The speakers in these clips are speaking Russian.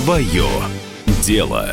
Свое дело.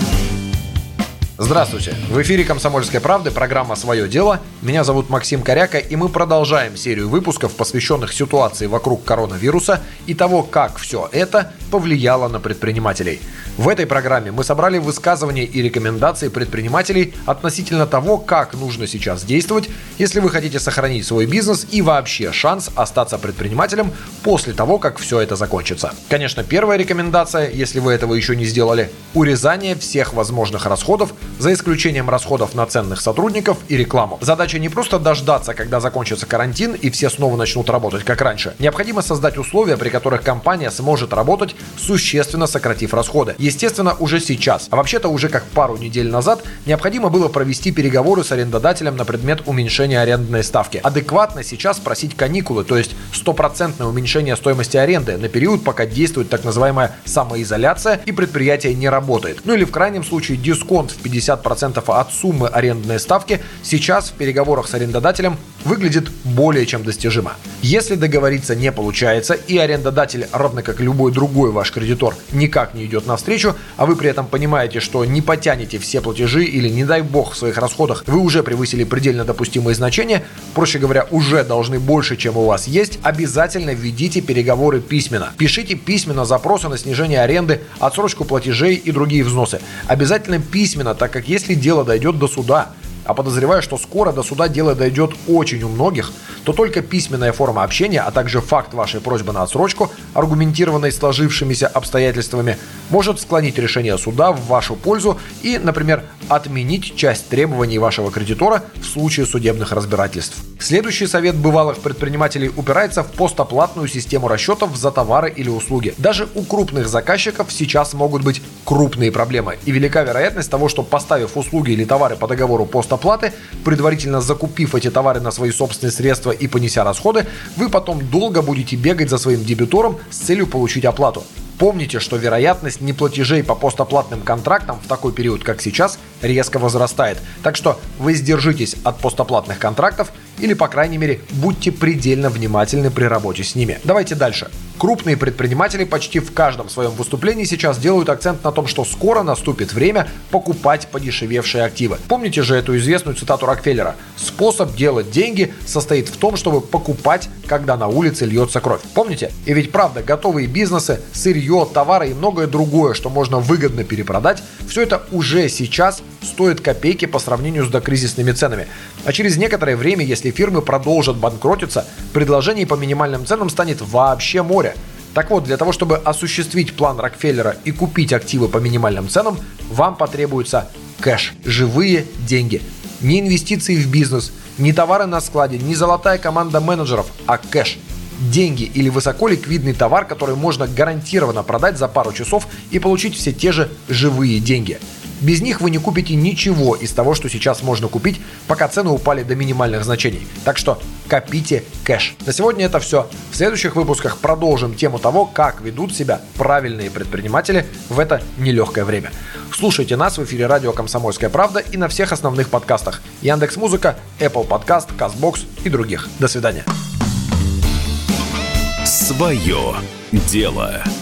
Здравствуйте! В эфире «Комсомольской правды» программа «Свое дело». Меня зовут Максим Коряка, и мы продолжаем серию выпусков, посвященных ситуации вокруг коронавируса и того, как все это повлияло на предпринимателей. В этой программе мы собрали высказывания и рекомендации предпринимателей относительно того, как нужно сейчас действовать, если вы хотите сохранить свой бизнес и вообще шанс остаться предпринимателем после того, как все это закончится. Конечно, первая рекомендация, если вы этого еще не сделали – урезание всех возможных расходов, за исключением расходов на ценных сотрудников и рекламу. Задача не просто дождаться, когда закончится карантин и все снова начнут работать как раньше. Необходимо создать условия, при которых компания сможет работать, существенно сократив расходы. Естественно, уже сейчас, а вообще-то уже как пару недель назад, необходимо было провести переговоры с арендодателем на предмет уменьшения арендной ставки. Адекватно сейчас просить каникулы, то есть 100% уменьшение стоимости аренды на период, пока действует так называемая самоизоляция и предприятие не работает. Ну или в крайнем случае дисконт в 50% от суммы арендной ставки сейчас в переговорах с арендодателем выглядит более чем достижимо. Если договориться не получается и арендодатель, равно как любой другой ваш кредитор, никак не идет навстречу, а вы при этом понимаете, что не потянете все платежи или, не дай бог, в своих расходах вы уже превысили предельно допустимые значения, проще говоря, уже должны больше, чем у вас есть, обязательно введите переговоры письменно. Пишите письменно запросы на снижение аренды, отсрочку платежей и другие взносы. Обязательно письменно, так как если дело дойдет до суда, а подозреваю, что скоро до суда дело дойдет очень у многих, то только письменная форма общения, а также факт вашей просьбы на отсрочку, аргументированной сложившимися обстоятельствами, может склонить решение суда в вашу пользу и, например, отменить часть требований вашего кредитора в случае судебных разбирательств. Следующий совет бывалых предпринимателей упирается в постоплатную систему расчетов за товары или услуги. Даже у крупных заказчиков сейчас могут быть крупные проблемы, и велика вероятность того, что, поставив услуги или товары по договору постоплаты, предварительно закупив эти товары на свои собственные средства и понеся расходы, вы потом долго будете бегать за своим дебитором с целью получить оплату. Помните, что вероятность неплатежей по постоплатным контрактам в такой период, как сейчас, резко возрастает. Так что воздержитесь от постоплатных контрактов или, по крайней мере, будьте предельно внимательны при работе с ними. Давайте дальше. Крупные предприниматели почти в каждом своем выступлении сейчас делают акцент на том, что скоро наступит время покупать подешевевшие активы. Помните же эту известную цитату Рокфеллера: «Способ делать деньги состоит в том, чтобы покупать, когда на улице льется кровь». Помните? И ведь правда, готовые бизнесы, сырье, товары и многое другое, что можно выгодно перепродать, все это уже сейчас стоит копейки по сравнению с докризисными ценами. А через некоторое время, если фирмы продолжат банкротиться, предложений по минимальным ценам станет вообще море. Так вот, для того, чтобы осуществить план Рокфеллера и купить активы по минимальным ценам, вам потребуется кэш, живые деньги. Не инвестиции в бизнес, не товары на складе, не золотая команда менеджеров, а кэш. Деньги или высоколиквидный товар, который можно гарантированно продать за пару часов и получить все те же живые деньги. Без них вы не купите ничего из того, что сейчас можно купить, пока цены упали до минимальных значений. Так что копите кэш. На сегодня это все. В следующих выпусках продолжим тему того, как ведут себя правильные предприниматели в это нелегкое время. Слушайте нас в эфире радио «Комсомольская правда» и на всех основных подкастах: Яндекс.Музыка, Apple Podcast, Castbox и других. До свидания. Свое дело.